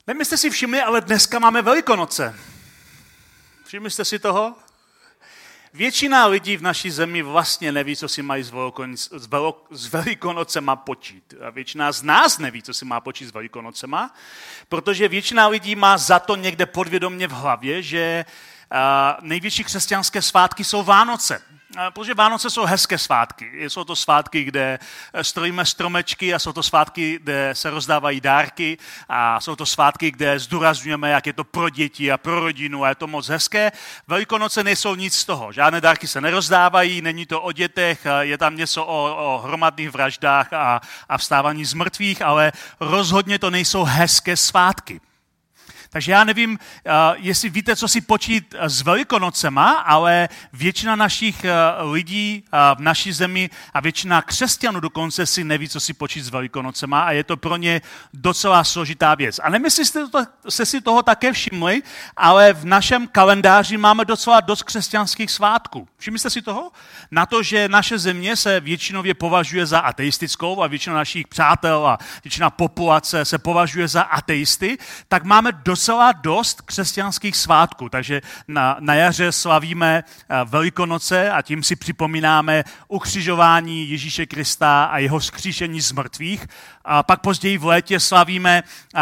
Nevím, jestli si všimli, ale dneska máme Velikonoce. Všimli jste si toho? Většina lidí v naší zemi vlastně neví, co si mají s Velikonocema počít. A většina z nás neví, co si má počít s Velikonocema, protože většina lidí má za to někde podvědomě v hlavě, že největší křesťanské svátky jsou Vánoce. Protože Vánoce jsou hezké svátky. Jsou to svátky, kde strojíme stromečky a jsou to svátky, kde se rozdávají dárky a jsou to svátky, kde zdůrazňujeme, jak je to pro děti a pro rodinu a je to moc hezké. Velikonoce nejsou nic z toho. Žádné dárky se nerozdávají, není to o dětech, je tam něco o hromadných vraždách a vstávání z mrtvých, ale rozhodně to nejsou hezké svátky. Takže já nevím, jestli víte, co si počít s Velikonocema, ale většina našich lidí v naší zemi a většina křesťanů dokonce si neví, co si počít s Velikonocema a je to pro ně docela složitá věc. A nevím, jestli jste si toho také všimli, ale v našem kalendáři máme docela dost křesťanských svátků. Všimli jste si toho? Na to, že naše země se většinově považuje za ateistickou a většina našich přátel a většina populace se považuje za ateisty, tak máme docela dost křesťanských svátků, takže na jaře slavíme Velikonoce a tím si připomínáme ukřižování Ježíše Krista a jeho vzkříšení z mrtvých. A pak později v létě slavíme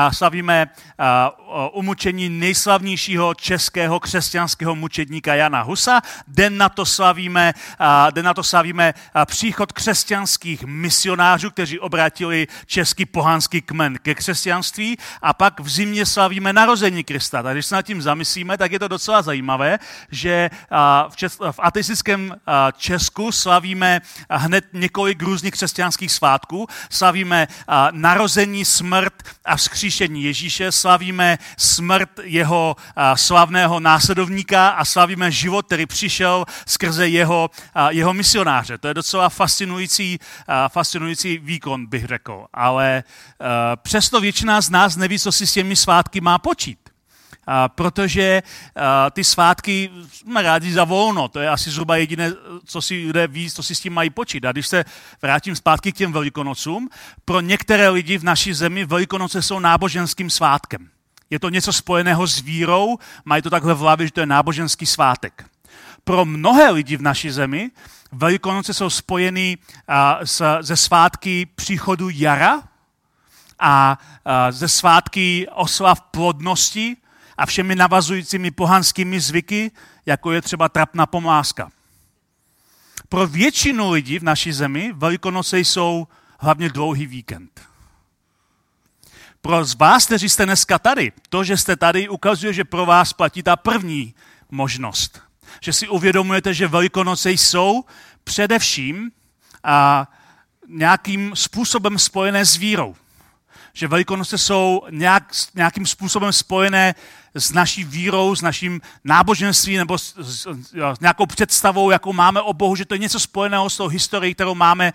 umučení nejslavnějšího českého křesťanského mučedníka Jana Husa. Den na to slavíme příchod křesťanských misionářů, kteří obrátili český pohanský kmen ke křesťanství a pak v zimě slavíme narození Krista. Takže když se nad tím zamyslíme, tak je to docela zajímavé, že v ateistickém Česku slavíme hned několik různých křesťanských svátků. Slavíme narození, smrt a vzkříšení Ježíše, slavíme smrt jeho slavného následovníka a slavíme život, který přišel skrze jeho misionáře. To je docela fascinující výkon, bych řekl. Ale přesto většina z nás neví, co si s těmi svátky má počít. Protože ty svátky jsme rádi za volno, to je asi zhruba jediné, co si lidé ví, co si s tím mají počít. A když se vrátím zpátky k těm Velikonocům, pro některé lidi v naší zemi Velikonoce jsou náboženským svátkem. Je to něco spojeného s vírou, mají to takhle v hlavě, že to je náboženský svátek. Pro mnohé lidi v naší zemi Velikonoce jsou spojeny ze svátky příchodu jara a ze svátky oslav plodnosti a všemi navazujícími pohanskými zvyky, jako je třeba trapná pomlázka. Pro většinu lidí v naší zemi Velikonoce jsou hlavně dlouhý víkend. Pro vás, kteří jste dneska tady, to, že jste tady, ukazuje, že pro vás platí ta první možnost. Že si uvědomujete, že Velikonoce jsou především nějakým způsobem spojené s vírou. Že Velikonoce jsou nějakým způsobem spojené s naší vírou, s naším náboženstvím nebo s nějakou představou, jakou máme o Bohu, že to je něco spojeného s tou historií, kterou máme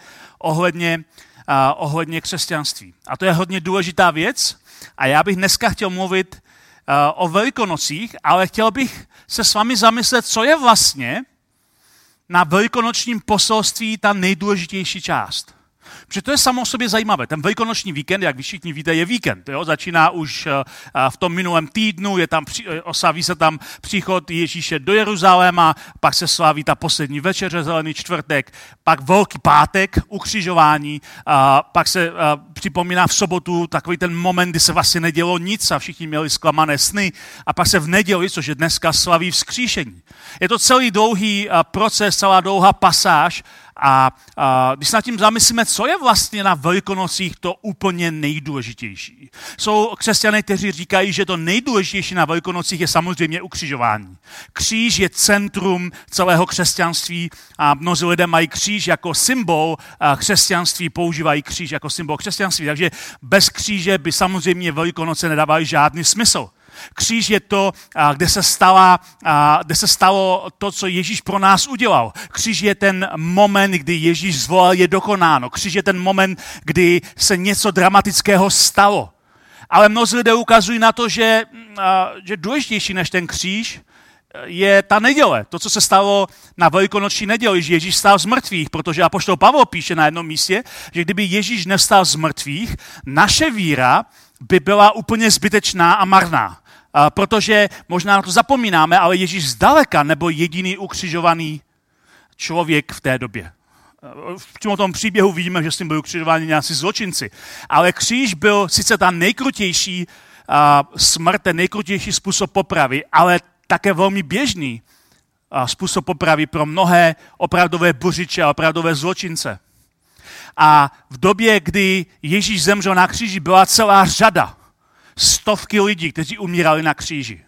ohledně křesťanství. A to je hodně důležitá věc a já bych dneska chtěl mluvit o Velikonocích, ale chtěl bych se s vámi zamyslet, co je vlastně na velikonočním poselství ta nejdůležitější část. Protože to je samo o sobě zajímavé. Ten velikonoční víkend, jak vy všichni víte, je víkend. Jo? Začíná už v tom minulém týdnu, oslaví se tam příchod Ježíše do Jeruzaléma, pak se slaví ta poslední večeře, Zelený čtvrtek, pak Velký pátek, ukřižování, pak se připomíná v sobotu takový ten moment, kdy se vlastně nedělo nic a všichni měli zklamané sny a pak se v neděli, což je dneska, slaví vzkříšení. Je to celý dlouhý proces, celá dlouhá pasáž. A když se nad tím zamyslíme, co je vlastně na Velikonocích to úplně nejdůležitější. Jsou křesťané, kteří říkají, že to nejdůležitější na Velikonocích je samozřejmě ukřižování. Kříž je centrum celého křesťanství a mnozí lidé mají kříž jako symbol křesťanství, používají kříž jako symbol křesťanství. Takže bez kříže by samozřejmě Velikonoce nedávaly žádný smysl. Kříž je to, kde se stalo to, co Ježíš pro nás udělal. Kříž je ten moment, kdy Ježíš zvolal, je dokonáno. Kříž je ten moment, kdy se něco dramatického stalo. Ale mnozí lidé ukazují na to, že důležitější než ten kříž je ta neděle. To, co se stalo na velikonoční neděli, že Ježíš stál z mrtvých, protože apoštol Pavel píše na jednom místě, že kdyby Ježíš nevstal z mrtvých, naše víra by byla úplně zbytečná a marná. Protože možná na to zapomínáme, ale Ježíš zdaleka nebyl jediný ukřižovaný člověk v té době. V tom příběhu vidíme, že s ním byli ukřižováni nějací zločinci. Ale kříž byl sice ta nejkrutější smrt, ten nejkrutější způsob popravy, ale také velmi běžný způsob popravy pro mnohé opravdové buřiče a opravdové zločince. A v době, kdy Ježíš zemřel na kříži, byla celá řada, stovky lidí, kteří umírali na kříži.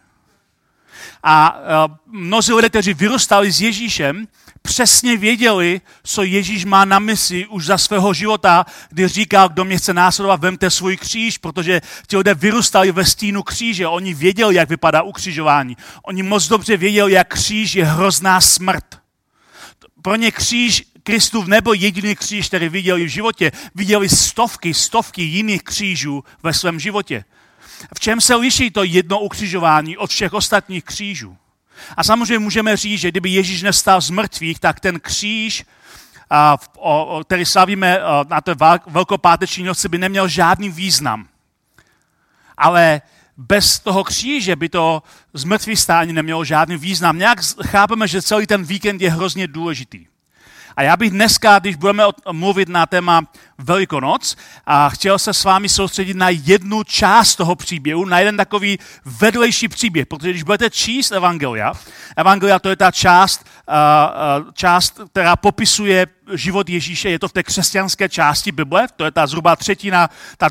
A mnozí lidé, kteří vyrůstali s Ježíšem, přesně věděli, co Ježíš má na mysli už za svého života, kdy říkal, kdo mě chce následovat, vemte svůj kříž, protože ti lidé vyrůstali ve stínu kříže. Oni věděli, jak vypadá ukřižování. Oni moc dobře věděli, jak kříž je hrozná smrt. Pro ně kříž Kristův nebyl jediný kříž, který viděli v životě. Viděli stovky jiných křížů ve svém životě. V čem se liší to jedno ukřižování od všech ostatních křížů? A samozřejmě můžeme říct, že kdyby Ježíš nevstal z mrtvých, tak ten kříž, který slavíme na té velkopáteční noci, by neměl žádný význam. Ale bez toho kříže by to zmrtvých stání nemělo žádný význam. Nějak chápeme, že celý ten víkend je hrozně důležitý. A já bych dneska, když budeme mluvit na téma Velikonoc, a chtěl se s vámi soustředit na jednu část toho příběhu, na jeden takový vedlejší příběh, protože když budete číst Evangelia to je ta část, která popisuje život Ježíše, je to v té křesťanské části Bible, to je ta zhruba třetina,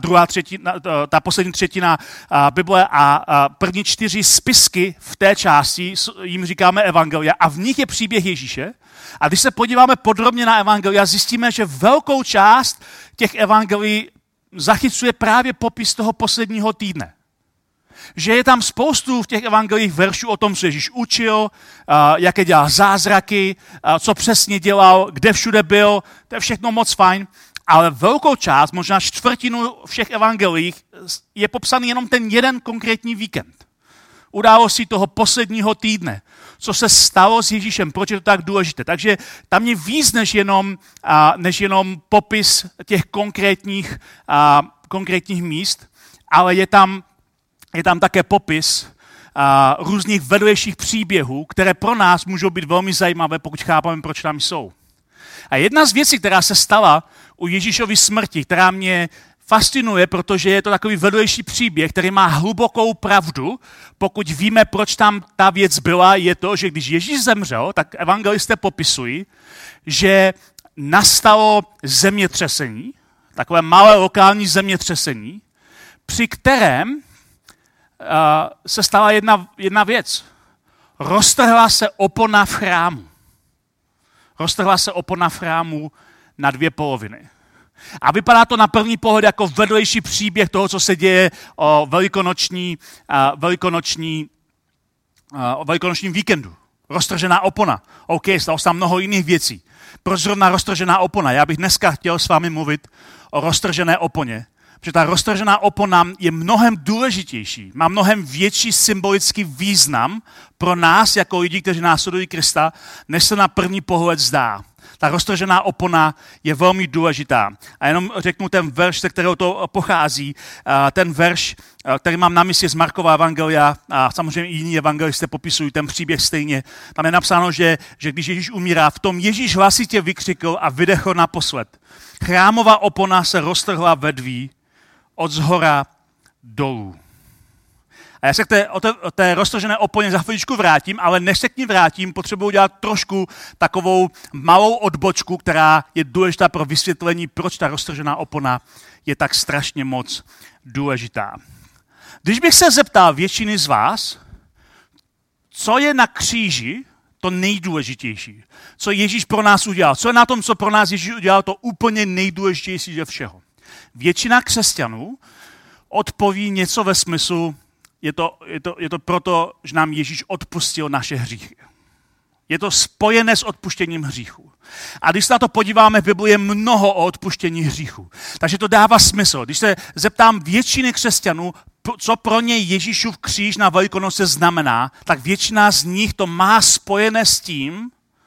ta poslední třetina Bible a první 4 spisky v té části, jim říkáme Evangelia a v nich je příběh Ježíše. A když se podíváme podrobně na evangelia, zjistíme, že velkou část těch evangelií zachycuje právě popis toho posledního týdne. Že je tam spoustu v těch evangelích veršů o tom, co Ježíš učil, jaké dělal zázraky, co přesně dělal, kde všude byl, to je všechno moc fajn, ale velkou část, možná čtvrtinu všech evangelií je popsaný jenom ten jeden konkrétní víkend. Události toho posledního týdne, co se stalo s Ježíšem, proč je to tak důležité. Takže tam je víc než jenom popis těch konkrétních míst, ale je tam také popis různých vedlejších příběhů, které pro nás můžou být velmi zajímavé, pokud chápeme, proč tam jsou. A jedna z věcí, která se stala u Ježíšovy smrti, která mě fascinuje, protože je to takový vedlejší příběh, který má hlubokou pravdu. Pokud víme, proč tam ta věc byla, je to, že když Ježíš zemřel, tak evangelisté popisují, že nastalo zemětřesení, takové malé lokální zemětřesení, při kterém se stala jedna věc. Roztrhla se opona v chrámu. Roztrhla se opona v chrámu na 2 poloviny. A vypadá to na první pohled jako vedlejší příběh toho, co se děje o velikonočním víkendu. Roztržená opona. OK, stalo se tam mnoho jiných věcí. Proč zrovna roztržená opona? Já bych dneska chtěl s vámi mluvit o roztržené oponě. Protože ta roztržená opona je mnohem důležitější, má mnohem větší symbolický význam pro nás, jako lidi, kteří následují Krista, než se na první pohled zdá. Ta roztržená opona je velmi důležitá. A jenom řeknu ten verš, ze kterého to pochází. Ten verš, který mám na mysli z Markova evangelia, a samozřejmě i jiní evangelisté popisují ten příběh stejně. Tam je napsáno, že když Ježíš umírá, v tom Ježíš hlasitě vykřikl a vydechl naposled. Chrámová opona se roztrhla ve 2 od zhora dolů. A já se k té roztržené oponě za chviličku vrátím, ale než se k ní vrátím, potřebuji udělat trošku takovou malou odbočku, která je důležitá pro vysvětlení, proč ta roztržená opona je tak strašně moc důležitá. Když bych se zeptal většiny z vás, co je na kříži to nejdůležitější, co Ježíš pro nás udělal, co je na tom, co pro nás Ježíš udělal, to úplně nejdůležitější ze všeho. Většina křesťanů odpoví něco ve smyslu, je to proto, že nám Ježíš odpustil naše hříchy. Je to spojené s odpuštěním hříchů. A když se na to podíváme, v Bibli je mnoho o odpuštění hříchů. Takže to dává smysl. Když se zeptám většiny křesťanů, co pro ně Ježíšův kříž na Velikonoce znamená, tak většina z nich to má spojené s tím,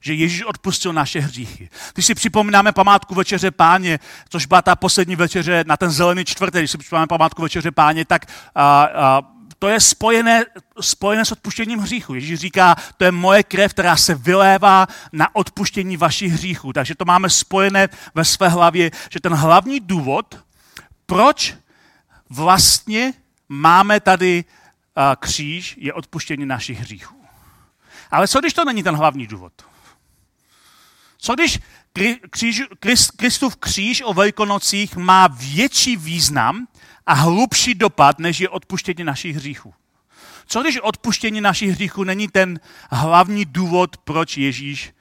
že Ježíš odpustil naše hříchy. Když si připomínáme památku Večeře Páně, což byla ta poslední večeře na ten zelený čtvrtek, když si připomínáme památku Večeře Páně, tak to je spojené s odpuštěním hříchu. Ježíš říká, to je moje krev, která se vylévá na odpuštění vašich hříchů. Takže to máme spojené ve své hlavě, že ten hlavní důvod, proč vlastně máme tady kříž, je odpuštění našich hříchů. Ale co když to není ten hlavní důvod? Co když Kristův kříž o Velikonocích má větší význam a hlubší dopad, než je odpuštění našich hříchů? Co když odpuštění našich hříchů není ten hlavní důvod, proč Ježíš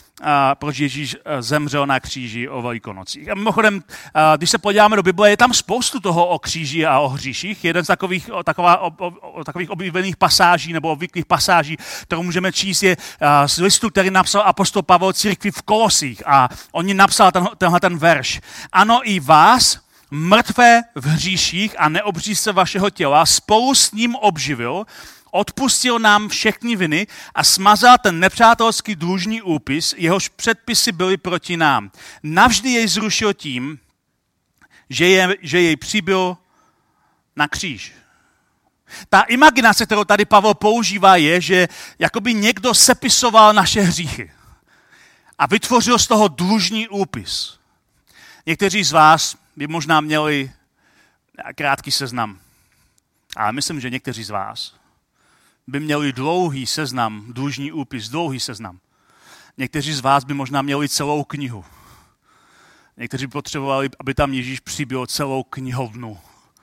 zemřel na kříži o Velikonocích? A mimochodem, když se podíváme do Bible, je tam spoustu toho o kříži a o hříších. Jeden z takových oblíbených pasáží nebo obvyklých pasáží, kterou můžeme číst, je z listu, který napsal apostol Pavel církvi v Kolosích. A on jim napsal tenhle verš. Ano, i vás, mrtvé v hříších a neobřízce vašeho těla, spolu s ním obživil, odpustil nám všechny viny a smazal ten nepřátelský dlužný úpis, jehož předpisy byly proti nám. Navždy jej zrušil tím, že jej přibyl na kříž. Ta imaginace, kterou tady Pavel používá, je, že jakoby někdo sepisoval naše hříchy a vytvořil z toho dlužný úpis. Někteří z vás by možná měli krátký seznam, ale myslím, že někteří z vás by měli dlouhý seznam, dlužný úpis, dlouhý seznam. Někteří z vás by možná měli celou knihu. Někteří by potřebovali, aby tam Ježíš přibyl celou knihovnu.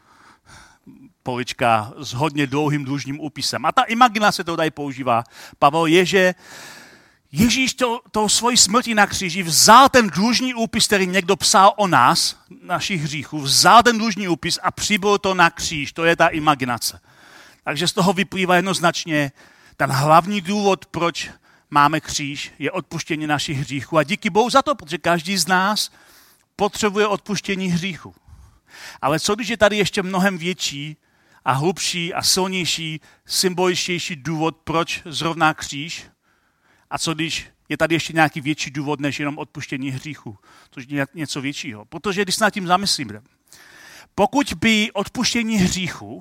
Polička s hodně dlouhým dlužným úpisem. A ta imaginace, to tady používá Pavel, je, že Ježíš tou svojí smrtí na kříži vzal ten dlužný úpis, který někdo psal o nás, našich hříchů, vzal ten dlužný úpis a přibyl to na kříž. To je ta imaginace. Takže z toho vyplývá jednoznačně ten hlavní důvod, proč máme kříž, je odpuštění našich hříchů. A díky Bohu za to, protože každý z nás potřebuje odpuštění hříchů. Ale co když je tady ještě mnohem větší a hlubší a silnější, symboličtější důvod, proč zrovna kříž? A co když je tady ještě nějaký větší důvod, než jenom odpuštění hříchů? Což je něco většího. Protože když se nad tím zamyslíme, pokud by odpuštění hříchů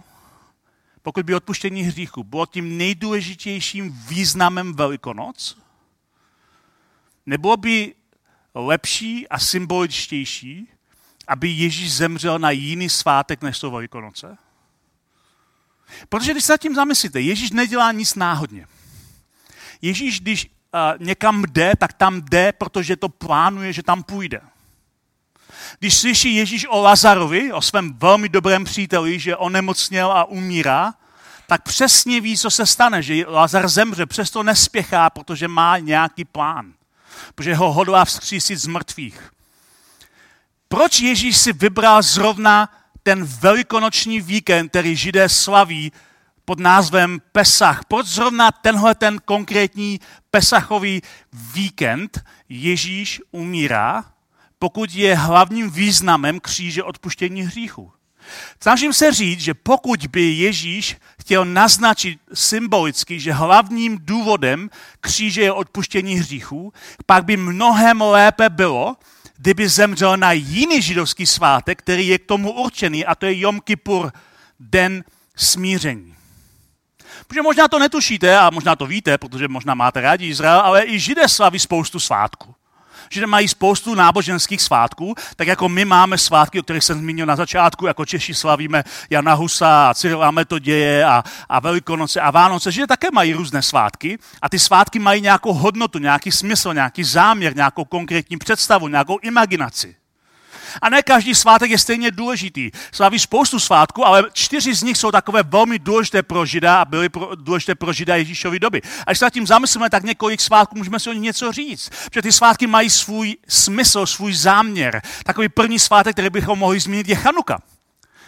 bylo tím nejdůležitějším významem Velikonoc, nebylo by lepší a symboličtější, aby Ježíš zemřel na jiný svátek, než jsou Velikonoce? Protože když se nad tím zamyslíte, Ježíš nedělá nic náhodně. Ježíš, když někam jde, tak tam jde, protože to plánuje, že tam půjde. Když slyší Ježíš o Lazarovi, o svém velmi dobrém příteli, že onemocněl a umírá, tak přesně ví, co se stane, že Lazar zemře, přesto nespěchá, protože má nějaký plán, protože ho hodlá vzkřísit z mrtvých. Proč Ježíš si vybral zrovna ten velikonoční víkend, který Židé slaví pod názvem Pesach? Proč zrovna ten konkrétní pesachový víkend Ježíš umírá, pokud je hlavním významem kříže odpuštění hříchů? Snažím se říct, že pokud by Ježíš chtěl naznačit symbolicky, že hlavním důvodem kříže je odpuštění hříchů, pak by mnohem lépe bylo, kdyby zemřel na jiný židovský svátek, který je k tomu určený, a to je Jom Kippur, den smíření. Protože možná to netušíte a možná to víte, protože možná máte rádi Izrael, ale i Židé slaví spoustu svátků. Židé mají spoustu náboženských svátků, tak jako my máme svátky, o kterých jsem zmínil na začátku, jako Češi slavíme Jana Husa a Cyrila Metoděje a Velikonoce a Vánoce. Židé také mají různé svátky a ty svátky mají nějakou hodnotu, nějaký smysl, nějaký záměr, nějakou konkrétní představu, nějakou imaginaci. A ne každý svátek je stejně důležitý. Slaví spoustu svátků, ale 4 z nich jsou takové velmi důležité pro Žida a byly důležité pro Žida Ježíšovy doby. A když se nad tím zamyslíme, tak několik svátků můžeme si o nich něco říct. Protože ty svátky mají svůj smysl, svůj záměr. Takový první svátek, který bychom mohli zmínit, je Chanuka.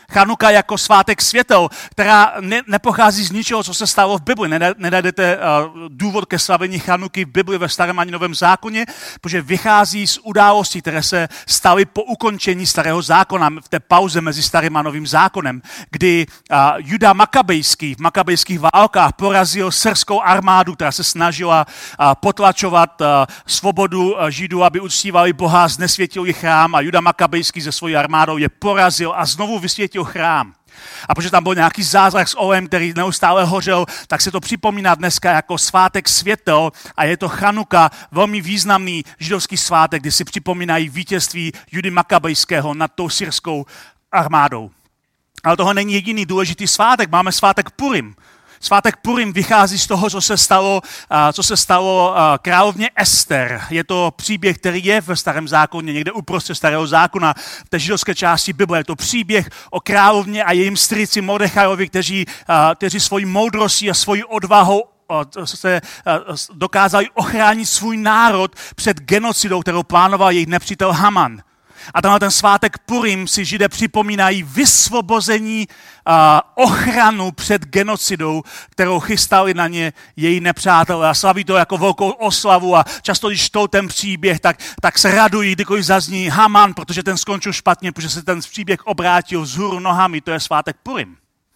Chanuka jako svátek světel, která nepochází z ničeho, co se stalo v Bibli. Nenajdete důvod ke slavení Chanuky v Bibli ve Starém ani Novém zákoně, protože vychází z událostí, které se staly po ukončení Starého zákona, v té pauze mezi Starým a Novým zákonem, kdy Juda Makabejský v makabejských válkách porazil syrskou armádu, která se snažila potlačovat svobodu Židů, aby uctívali Boha, znesvětil jich chrám a Juda Makabejský se svojí armádou je porazil a znovu vysvětil chrám. A protože tam byl nějaký zázrak s olejem, který neustále hořel, tak se to připomíná dneska jako svátek světel a je to Chanuka, velmi významný židovský svátek, kdy si připomínají vítězství Judy Makabejského nad tou syrskou armádou. Ale toho není jediný důležitý svátek, máme svátek Purim. Svátek Purim vychází z toho, co se stalo královně Ester. Je to příběh, který je ve Starém zákoně, někde uprostřed Starého zákona, v té židovské části Bible. Je to příběh o královně a jejím strýci Mordechajovi, kteří svojí moudrostí a svojí odvahou se dokázali ochránit svůj národ před genocidou, kterou plánoval jejich nepřítel Haman. A tenhle ten svátek Purim si Židé připomínají vysvobození, ochranu před genocidou, kterou chystali na ně její nepřátelé. A slaví to jako velkou oslavu a často, když čtou ten příběh, tak se radují, kdykoliv zazní Haman, protože ten skončil špatně, protože se ten příběh obrátil vzhůru nohami. To je svátek Purim.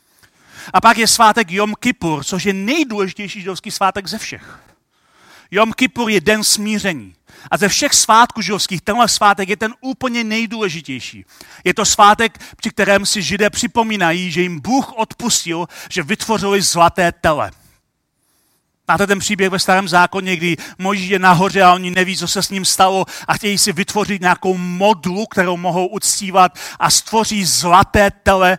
A pak je svátek Jom Kippur, což je nejdůležitější židovský svátek ze všech. Jom Kippur je den smíření. A ze všech svátků židovských tenhle svátek je ten úplně nejdůležitější. Je to svátek, při kterém si Židé připomínají, že jim Bůh odpustil, že vytvořili zlaté tele. Máte ten příběh ve Starém zákoně, kdy Mojžíš je nahoře a oni neví, co se s ním stalo a chtějí si vytvořit nějakou modlu, kterou mohou uctívat a stvoří zlaté tele.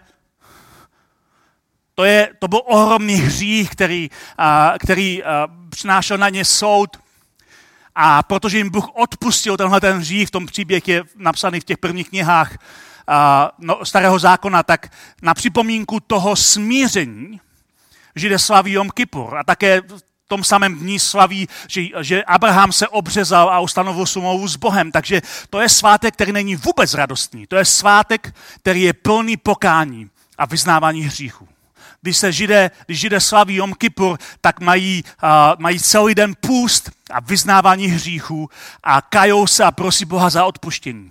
To byl ohromný hřích, který přinášel na ně soud. A protože jim Bůh odpustil tenhle ten hřích, v tom příběh je napsaný v těch prvních knihách Starého zákona, tak na připomínku toho smíření Židé slaví Jom Kippur a také v tom samém dní slaví, že Abraham se obřezal a ustanovil smlouvu s Bohem. Takže to je svátek, který není vůbec radostný. To je svátek, který je plný pokání a vyznávání hříchů. Když Židé slaví Jom Kippur, tak mají celý den půst a vyznávání hříchů a kajou se a prosí Boha za odpuštění.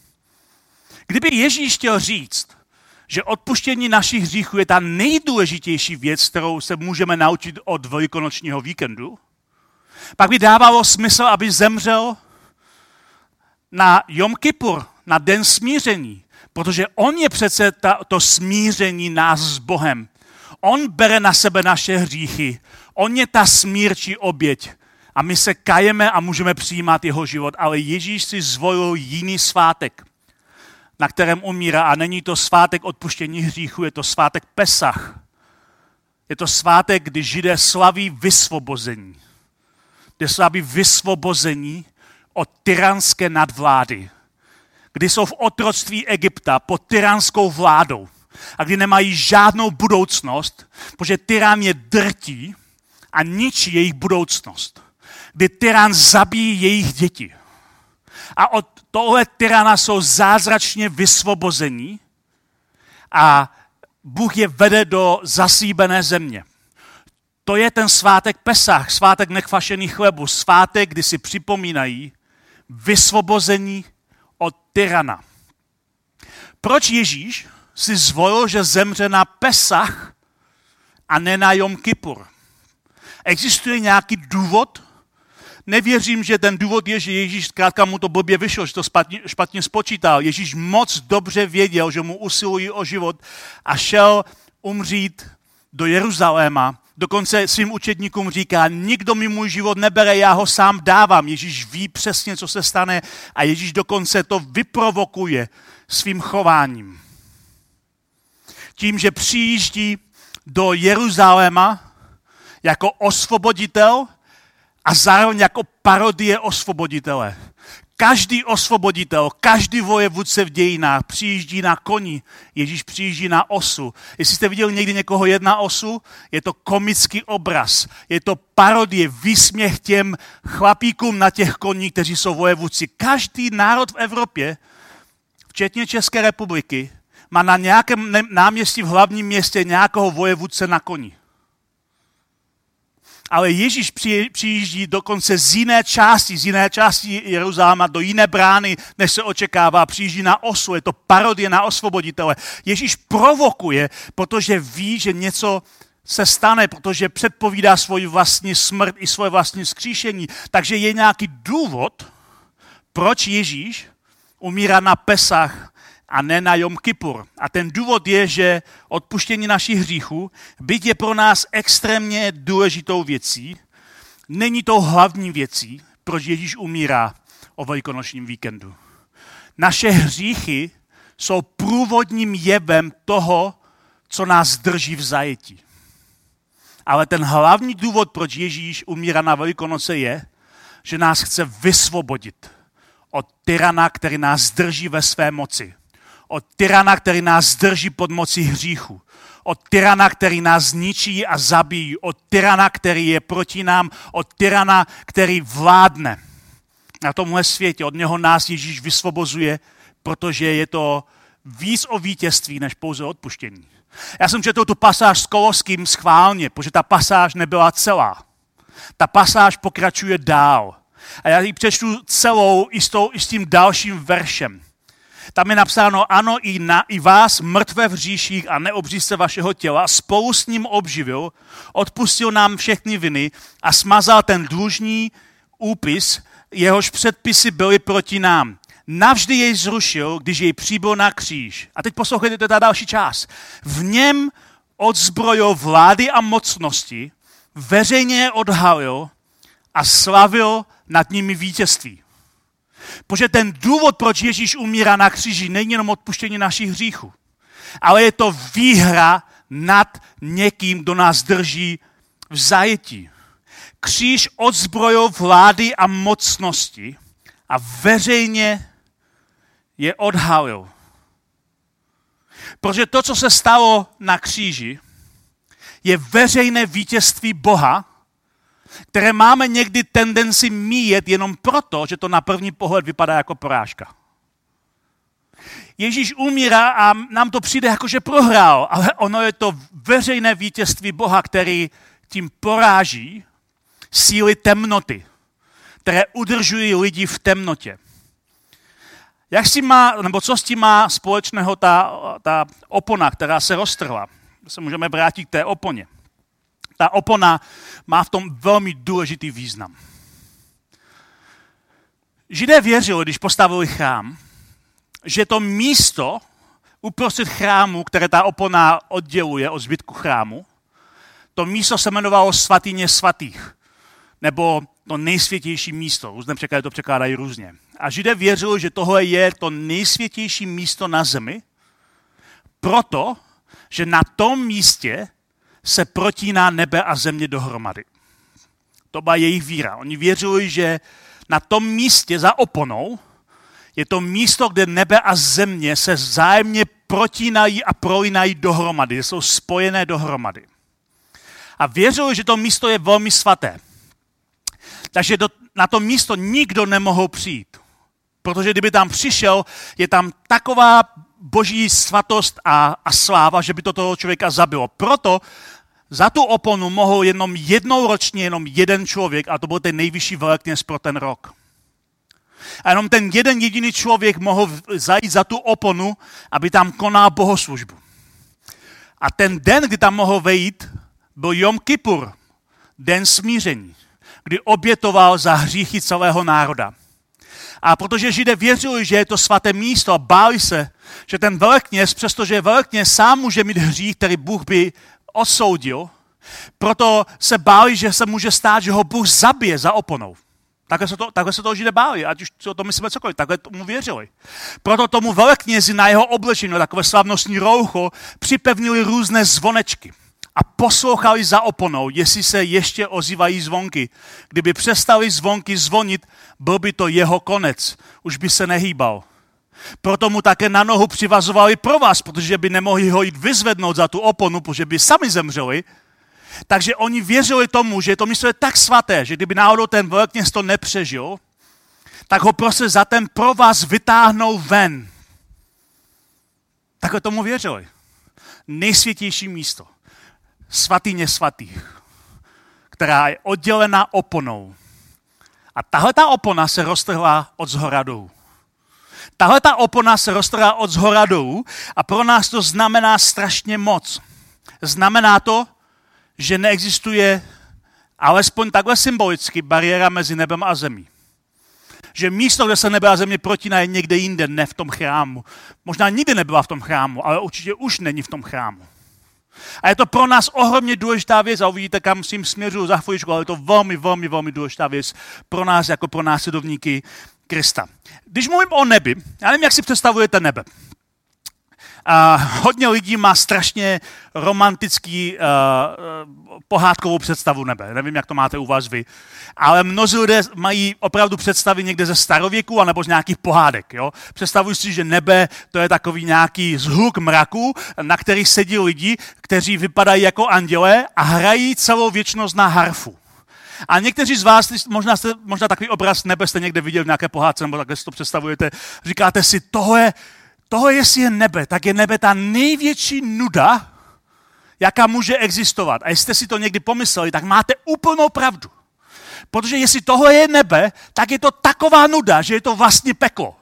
Kdyby Ježíš chtěl říct, že odpuštění našich hříchů je ta nejdůležitější věc, kterou se můžeme naučit od velikonočního víkendu, pak by dávalo smysl, aby zemřel na Jom Kippur, na den smíření, protože on je přece to smíření nás s Bohem. On bere na sebe naše hříchy. On je ta smírčí oběť. A my se kajeme a můžeme přijímat jeho život. Ale Ježíš si zvolil jiný svátek, na kterém umírá. A není to svátek odpuštění hříchu, je to svátek Pesach. Je to svátek, kdy Židé slaví vysvobození. Kdy slaví vysvobození od tyranské nadvlády. Kdy jsou v otroctví Egypta pod tyranskou vládou. A kdy nemají žádnou budoucnost, protože tyran je drtí a ničí jejich budoucnost. Kdy tyran zabíjí jejich děti. A od tohle tyrana jsou zázračně vysvobození a Bůh je vede do zaslíbené země. To je ten svátek Pesach, svátek nekvašených chlebů, svátek, kdy si připomínají vysvobození od tyrana. Proč Ježíš si zvolil, že zemře na Pesach a ne na Jom Kippur? Existuje nějaký důvod? Nevěřím, že ten důvod je, že Ježíš zkrátka mu to blbě vyšlo, že to špatně spočítal. Ježíš moc dobře věděl, že mu usilují o život a šel umřít do Jeruzaléma. Dokonce svým učedníkům říká, nikdo mi můj život nebere, já ho sám dávám. Ježíš ví přesně, co se stane a Ježíš dokonce to vyprovokuje svým chováním. Tím, že přijíždí do Jeruzaléma jako osvoboditel a zároveň jako parodie osvoboditele. Každý osvoboditel, každý vojevůdce v dějinách přijíždí na koni, Ježíš přijíždí na osu. Jestli jste viděli někdy někoho jet na osu, je to komický obraz, je to parodie, výsměch těm chlapíkům na těch koních, kteří jsou vojevůdci. Každý národ v Evropě, včetně České republiky, má na nějakém náměstí v hlavním městě nějakého vojevůdce na koni. Ale Ježíš přijíždí dokonce z jiné části Jeruzaléma, do jiné brány, než se očekává. Přijíždí na oslu, je to parodie na osvoboditele. Ježíš provokuje, protože ví, že něco se stane, protože předpovídá svoji vlastní smrt i svoje vlastní vzkříšení. Takže je nějaký důvod, proč Ježíš umírá na Pesach a ne na Jom Kippur. A ten důvod je, že odpuštění našich hříchů, byť je pro nás extrémně důležitou věcí, není to hlavní věcí, proč Ježíš umírá o velikonočním víkendu. Naše hříchy jsou průvodním jevem toho, co nás drží v zajetí. Ale ten hlavní důvod, proč Ježíš umírá na Velikonoce, je, že nás chce vysvobodit od tyrana, který nás drží ve své moci. Od tyrana, který nás drží pod mocí hříchu. Od tyrana, který nás zničí a zabíjí. Od tyrana, který je proti nám. Od tyrana, který vládne na tomhle světě. Od něho nás Ježíš vysvobozuje, protože je to víc o vítězství, než pouze odpuštění. Já jsem četl tu pasáž s Koloským schválně, protože ta pasáž nebyla celá. Ta pasáž pokračuje dál. A já ji přečtu celou i s tím dalším veršem. Tam je napsáno, ano, i vás, mrtvé v hříších a neobřízce vašeho těla, spolu s ním obživil, odpustil nám všechny viny a smazal ten dlužný úpis, jehož předpisy byly proti nám. Navždy jej zrušil, když jej přibyl na kříž. A teď poslouchejte, to je ta další část. V něm odzbrojil vlády a mocnosti, veřejně je odhalil a slavil nad nimi vítězství. Protože ten důvod, proč Ježíš umírá na kříži, není jenom odpuštění našich hříchů, ale je to výhra nad někým, kdo nás drží v zajetí. Kříž odzbrojil vlády a mocnosti a veřejně je odhalil. Protože to, co se stalo na kříži, je veřejné vítězství Boha, které máme někdy tendenci míjet jenom proto, že to na první pohled vypadá jako porážka. Ježíš umírá a nám to přijde jako, že prohrál, ale ono je to veřejné vítězství Boha, který tím poráží síly temnoty, které udržují lidi v temnotě. Co s tím má společného ta opona, která se roztrhla? Se můžeme vrátit k té oponě. Ta opona má v tom velmi důležitý význam. Židé věřili, když postavili chrám, že to místo uprostřed chrámu, které ta opona odděluje od zbytku chrámu, to místo se jmenovalo svatyně svatých, nebo to nejsvětější místo. Různé překlady to překládají různě. A Židé věřili, že tohle je to nejsvětější místo na zemi, proto, že na tom místě se protíná nebe a země dohromady. To byla jejich víra. Oni věřili, že na tom místě za oponou je to místo, kde nebe a země se vzájemně protínají a prolínají dohromady, že jsou spojené dohromady. A věřili, že to místo je velmi svaté. Takže na to místo nikdo nemohl přijít. Protože kdyby tam přišel, je tam taková boží svatost a sláva, že by to toho člověka zabilo. Proto za tu oponu mohl jenom jednou ročně jenom jeden člověk, a to byl ten nejvyšší velekněz pro ten rok. A jenom ten jeden jediný člověk mohl zajít za tu oponu, aby tam konal bohoslužbu. A ten den, kdy tam mohl vejít, byl Jom Kippur, den smíření, kdy obětoval za hříchy celého národa. A protože Židé věřili, že je to svaté místo a báli se, že ten velekněz, přestože velekněz sám může mít hřích, který Bůh by odsoudil, proto se báli, že se může stát, že ho Bůh zabije za oponou. Takhle se toho Židé báli, ať už o tom myslíme cokoliv, takhle tomu věřili. Proto tomu veleknězi na jeho oblečení, takové slavnostní roucho, připevnili různé zvonečky a poslouchali za oponou, jestli se ještě ozývají zvonky. Kdyby přestali zvonky zvonit, byl by to jeho konec, už by se nehýbal. Proto mu také na nohu přivazovali provaz, protože by nemohli ho jít vyzvednout za tu oponu, protože by sami zemřeli. Takže oni věřili tomu, že to místo je tak svaté, že kdyby náhodou ten velekněz to nepřežil, tak ho prostě za ten provaz vytáhnou ven. Takhle tomu věřili. Nejsvětější místo. Svatyně svatých, která je oddělena oponou. A tahle ta opona se roztrhla od zhora dolů. Tahle ta opona se roztrhla od zhora dolů a pro nás to znamená strašně moc. Znamená to, že neexistuje alespoň takhle symbolicky bariéra mezi nebem a zemí. Že místo, kde se nebe a země protínají, je někde jinde, ne v tom chrámu. Možná nikdy nebyla v tom chrámu, ale určitě už není v tom chrámu. A je to pro nás ohromně důležitá věc a uvidíte, kam s tím směřuju za chvíličku, ale je to velmi, velmi, velmi důležitá věc pro nás jako pro následovníky Krista. Když mluvím o nebi, já nevím, jak si představujete nebe. Hodně lidí má strašně romantický pohádkovou představu nebe. Nevím, jak to máte u vás vy. Ale mnozí lidé mají opravdu představy někde ze starověku anebo z nějakých pohádek. Jo? Představuji si, že nebe to je takový nějaký zhluk mraku, na který sedí lidi, kteří vypadají jako andělé a hrají celou věčnost na harfu. A někteří z vás, možná takový obraz nebe jste někde viděli v nějaké pohádce, nebo takhle si to představujete, říkáte si, tohle jestli je nebe, tak je nebe ta největší nuda, jaká může existovat. A jestli jste si to někdy pomysleli, tak máte úplnou pravdu. Protože jestli tohle je nebe, tak je to taková nuda, že je to vlastně peklo.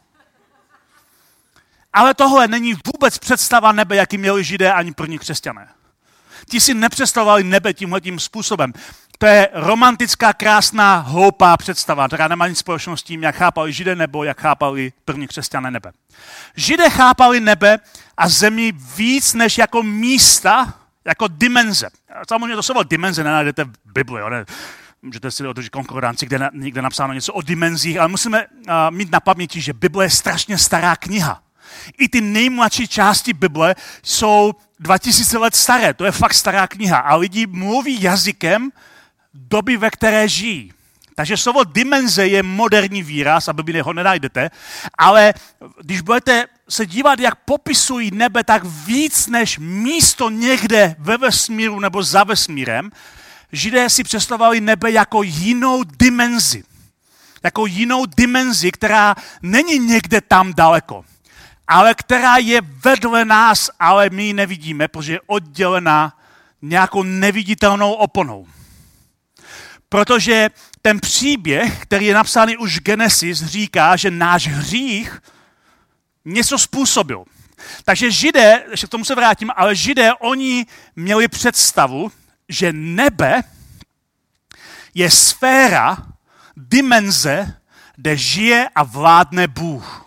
Ale tohle není vůbec představa nebe, jaký měli Židé ani první křesťané. Ti si nepředstavovali nebe tímhletím způsobem. To je romantická, krásná, hloupá představa, která nemá nic společného s tím, jak chápali Židé nebo jak chápali první křesťané nebe. Židé chápali nebe a zemi víc než jako místa, jako dimenze. Samozřejmě to slovo dimenze nenajdete v Bibli, jo? Můžete si otevřít konkordanci, kde někde napsáno něco o dimenzích, ale musíme mít na paměti, že Bible je strašně stará kniha. I ty nejmladší části Bible jsou 2000 let staré, to je fakt stará kniha. A lidi mluví jazykem doby, ve které žijí. Takže slovo dimenze je moderní výraz, a Bibli ho nenajdete, ale když budete se dívat, jak popisují nebe, tak víc než místo někde ve vesmíru nebo za vesmírem, Židé si představovali nebe jako jinou dimenzi. Jako jinou dimenzi, která není někde tam daleko, ale která je vedle nás, ale my ji nevidíme, protože je oddělená nějakou neviditelnou oponou. Protože ten příběh, který je napsaný už v Genesis, říká, že náš hřích něco způsobil. Takže Židé, ještě k tomu se vrátím, ale Židé, oni měli představu, že nebe je sféra, dimenze, kde žije a vládne Bůh.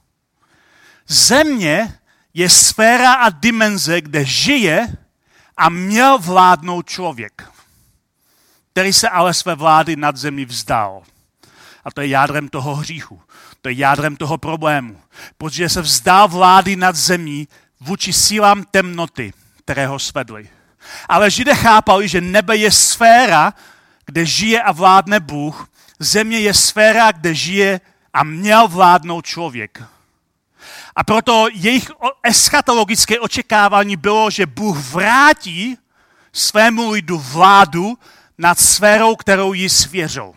Země je sféra a dimenze, kde žije a měl vládnout člověk, který se ale své vlády nad zemí vzdal. A to je jádrem toho hříchu. To je jádrem toho problému. Protože se vzdal vlády nad zemí vůči sílám temnoty, které ho svedly. Ale Židé chápali, že nebe je sféra, kde žije a vládne Bůh. Země je sféra, kde žije a měl vládnout člověk. A proto jejich eschatologické očekávání bylo, že Bůh vrátí svému lidu vládu nad sférou, kterou jí svěřil.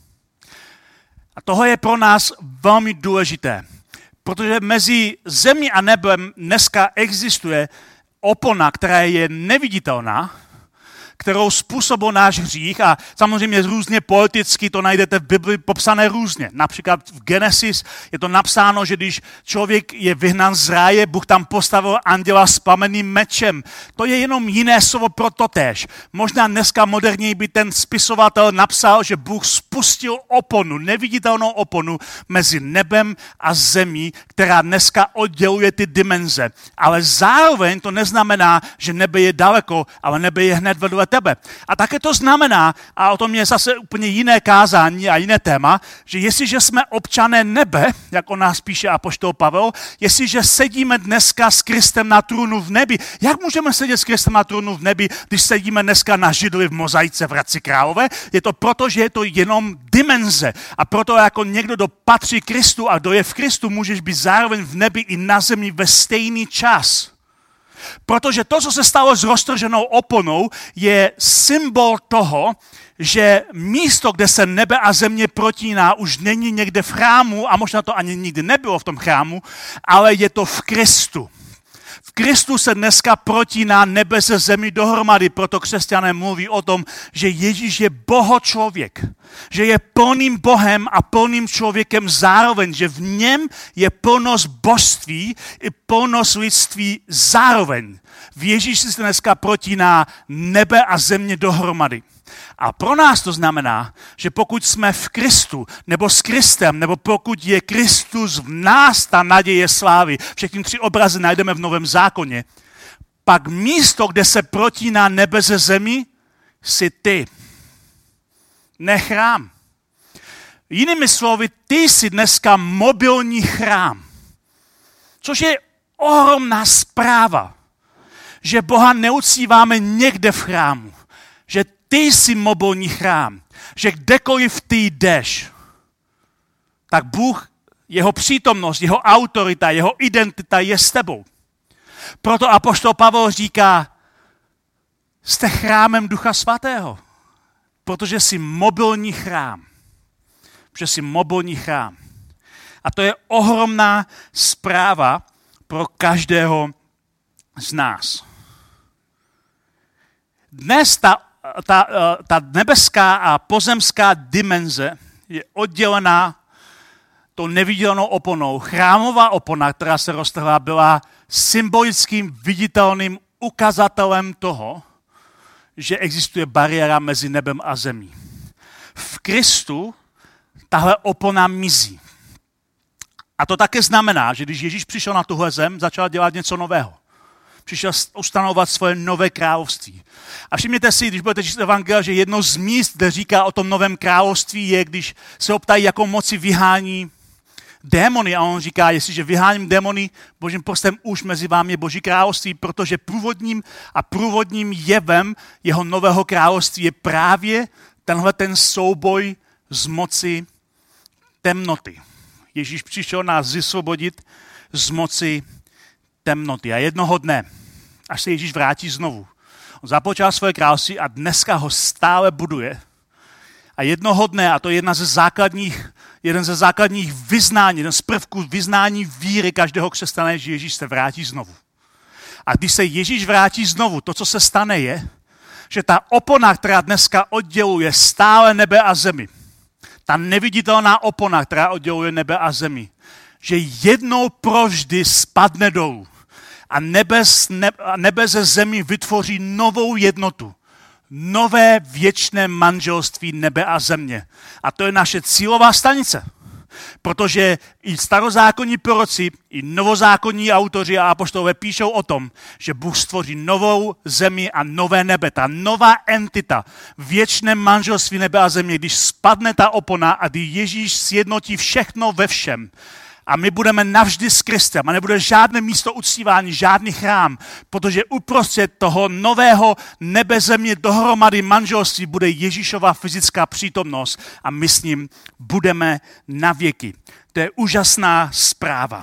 A tohle je pro nás velmi důležité, protože mezi zemí a nebem dneska existuje opona, která je neviditelná, kterou způsobil náš hřích a samozřejmě různě politicky to najdete v Bibli popsané různě. Například v Genesis je to napsáno, že když člověk je vyhnán z ráje, Bůh tam postavil anděla s plamenným mečem. To je jenom jiné slovo pro totéž. Možná dneska moderněji by ten spisovatel napsal, že Bůh spustil oponu, neviditelnou oponu mezi nebem a zemí, která dneska odděluje ty dimenze. Ale zároveň to neznamená, že nebe je daleko, ale nebe je hned vedle tebe. A také to znamená, a o tom je zase úplně jiné kázání a jiné téma, že jestliže jsme občané nebe, jak o nás píše apoštol Pavel, jestliže sedíme dneska s Kristem na trůnu v nebi, jak můžeme sedět s Kristem na trůnu v nebi, když sedíme dneska na židli v mozaice v Hradci Králové? Je to proto, že je to jenom dimenze. A proto jako někdo, kdo patří Kristu a kdo je v Kristu, můžeš být zároveň v nebi i na zemi ve stejný čas. Protože to, co se stalo s roztrženou oponou, je symbol toho, že místo, kde se nebe a země protíná, už není někde v chrámu, a možná to ani nikdy nebylo v tom chrámu, ale je to v Kristu. V Kristu se dneska protíná nebe se zemi dohromady, proto křesťané mluví o tom, že Ježíš je bohočlověk, že je plným Bohem a plným člověkem zároveň, že v něm je plnost božství i plnost lidství zároveň. V Ježíši se dneska protíná nebe a země dohromady. A pro nás to znamená, že pokud jsme v Kristu, nebo s Kristem, nebo pokud je Kristus v nás, ta naděje slávy, všechny 3 obrazy najdeme v Novém zákoně, pak místo, kde se protíná nebe ze zemi, jsi ty. Ne chrám. Jinými slovy, ty jsi dneska mobilní chrám. Což je ohromná zpráva, že Boha neuctíváme někde v chrámu, že ty jsi mobilní chrám, že kdekoliv ty jdeš, tak Bůh, jeho přítomnost, jeho autorita, jeho identita je s tebou. Proto apoštol Pavel říká, jste chrámem Ducha Svatého, protože jsi mobilní chrám. Protože jsi mobilní chrám. A to je ohromná zpráva pro každého z nás. Dnes ta nebeská a pozemská dimenze je oddělená tou neviditelnou oponou. Chrámová opona, která se roztrhla, byla symbolickým viditelným ukazatelem toho, že existuje bariéra mezi nebem a zemí. V Kristu tahle opona mizí. A to také znamená, že když Ježíš přišel na tuhle zem, začal dělat něco nového. Přišel ustanovat svoje nové království. A všimněte si, když budete číst evangelia, že jedno z míst, kde říká o tom novém království, je, když se ho ptají, jakou moci vyhání démony. A on říká, jestliže vyháním démony, božím prstem už mezi vámi je boží království, protože průvodním jevem jeho nového království je právě tenhle ten souboj z moci temnoty. Ježíš přišel nás vysvobodit z moci temnoty. A jednoho dne, až se Ježíš vrátí znovu, on započal svoje království a dneska ho stále buduje. A jednoho dne, a to je jeden ze základních vyznání, jeden z prvků vyznání víry každého křesťana, že Ježíš se vrátí znovu. A když se Ježíš vrátí znovu, to, co se stane, je, že ta opona, která dneska odděluje stále nebe a zemi, ta neviditelná opona, která odděluje nebe a zemi, že jednou provždy spadne dolů a nebe ze zemi vytvoří novou jednotu. Nové věčné manželství nebe a země. A to je naše cílová stanice. Protože i starozákonní proroci, i novozákonní autoři a apoštolové píšou o tom, že Bůh stvoří novou zemi a nové nebe. Ta nová entita, věčné manželství nebe a země, když spadne ta opona a když Ježíš sjednotí všechno ve všem, a my budeme navždy s Kristem a nebude žádné místo uctívání, žádný chrám, protože uprostřed toho nového nebe země dohromady manželství bude Ježíšova fyzická přítomnost a my s ním budeme na věky. To je úžasná zpráva.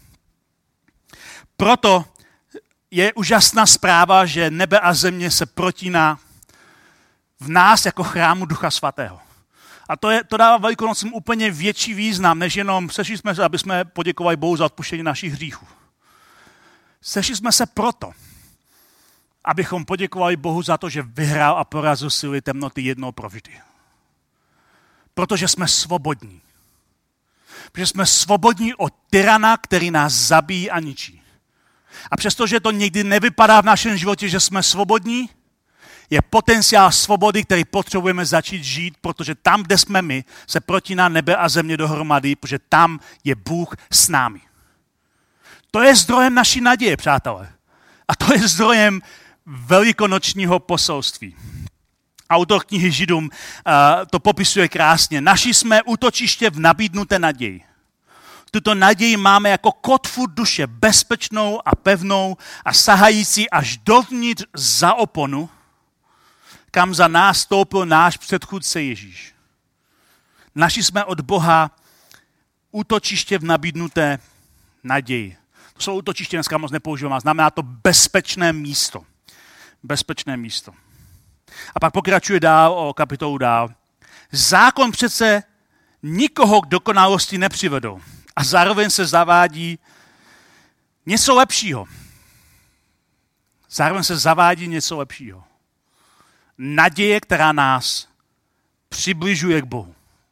Proto je úžasná zpráva, že nebe a země se protíná v nás jako chrámu Ducha Svatého. A to dává Velikonocím úplně větší význam, než jenom sešli jsme se, aby jsme poděkovali Bohu za odpuštění našich hříchů. Sešli jsme se proto, abychom poděkovali Bohu za to, že vyhrál a porazil síly temnoty jednou provždy. Protože jsme svobodní. Protože jsme svobodní od tyrana, který nás zabíjí a ničí. A přestože to někdy nevypadá v našem životě, že jsme svobodní, je potenciál svobody, který potřebujeme začít žít, protože tam, kde jsme my, se protíná nebe a země dohromady, protože tam je Bůh s námi. To je zdrojem naší naděje, přátelé. A to je zdrojem velikonočního poselství. Autor knihy Židům to popisuje krásně. Naši jsme útočiště v nabídnuté naději. Tuto naději máme jako kotvu duše, bezpečnou a pevnou a sahající až dovnitř za oponu, kam za nás stoupil náš předchůdce Ježíš. Naši jsme od Boha útočiště v nabídnuté naději. To jsou útočiště, dneska moc nepoužívám, znamená to bezpečné místo. Bezpečné místo. A pak pokračuje dál, o kapitolu dál. Zákon přece nikoho k dokonalosti nepřivedou. A zároveň se zavádí něco lepšího. zároveň se zavádí něco lepšího. Naděje, která nás přibližuje k Bohu.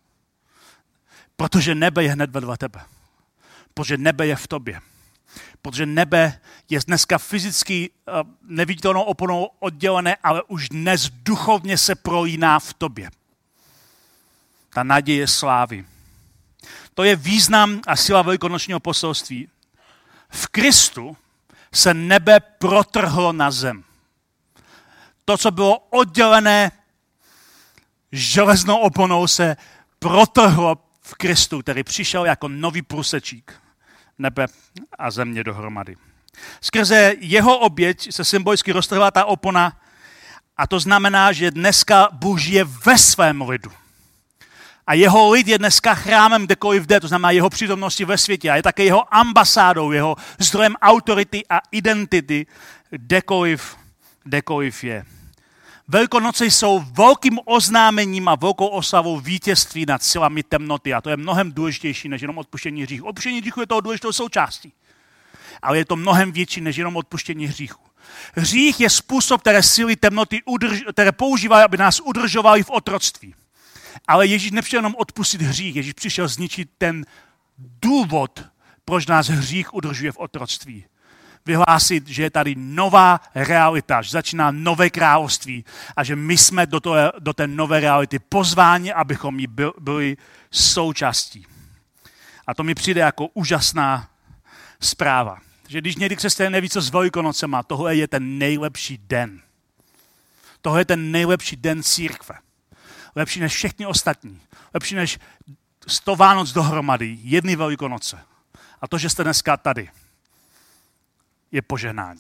Protože nebe je hned vedle tebe. Protože nebe je v tobě. Protože nebe je dneska fyzicky neviditelnou oponou oddělené, ale už dnes duchovně se prolíná v tobě. Ta naděje slávy. To je význam a síla velikonočního poselství. V Kristu se nebe protrhlo na zem. To, co bylo oddělené železnou oponou, se protrhlo v Kristu, který přišel jako nový průsečík nebe a země dohromady. Skrze jeho oběť se symbolicky roztrhla ta opona a to znamená, že dneska Bůh žije ve svém lidu. A jeho lid je dneska chrámem kdekoliv jde, to znamená jeho přítomnosti ve světě a je také jeho ambasádou, jeho zdrojem autority a identity kdekoliv je. Velikonoce jsou velkým oznámením a velkou oslavou vítězství nad silami temnoty a to je mnohem důležitější než jenom odpuštění hříchu. Odpuštění hříchu je toho důležitou součástí, ale je to mnohem větší než jenom odpuštění hříchu. Hřích je způsob, které síly temnoty které používají, aby nás udržovali v otroctví. Ale Ježíš nepřišel jenom odpustit hřích, Ježíš přišel zničit ten důvod, proč nás hřích udržuje v otroctví. Vyhlásit, že je tady nová realita, že začíná nové království a že my jsme do té nové reality pozváni, abychom jí byli součástí. A to mi přijde jako úžasná zpráva. Že když někdy křesťané neví, co s Velikonocema, tohle je ten nejlepší den. Tohle je ten nejlepší den církve. Lepší než všechny ostatní. Lepší než 100 Vánoc dohromady, jedny Velikonoce. A to, že jste dneska tady, je požehnání.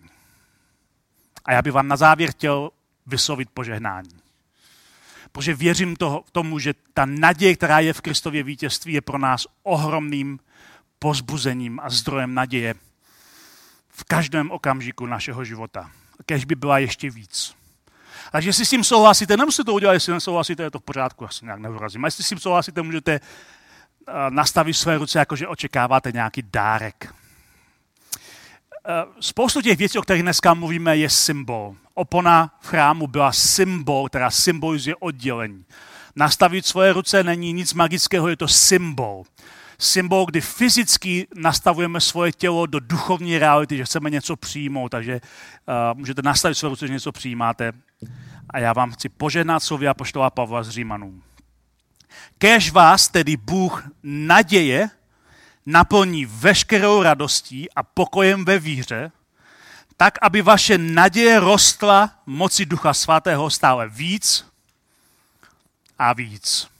A já bych vám na závěr chtěl vyslovit požehnání. Protože věřím tomu, že ta naděje, která je v Kristově vítězství, je pro nás ohromným povzbuzením a zdrojem naděje v každém okamžiku našeho života. Kéž by byla ještě víc. Takže jestli s tím souhlasíte, nemusíte to udělat, jestli nesouhlasíte, je to v pořádku, já se nějak neurazím. A jestli s tím souhlasíte, můžete nastavit své ruce, jakože očekáváte nějaký dárek. Spoustu těch věcí, o kterých dneska mluvíme, je symbol. Opona v chrámu byla symbol, která symbolizuje oddělení. Nastavit svoje ruce není nic magického, je to symbol. Symbol, kdy fyzicky nastavujeme svoje tělo do duchovní reality, že chceme něco přijmout, takže můžete nastavit svoje ruce, že něco přijímáte. A já vám chci požehnat slovy apoštola Pavla z Římanů. Kéž vás tedy Bůh naděje naplní veškerou radostí a pokojem ve víře, tak, aby vaše naděje rostla moci Ducha Svatého stále víc a víc.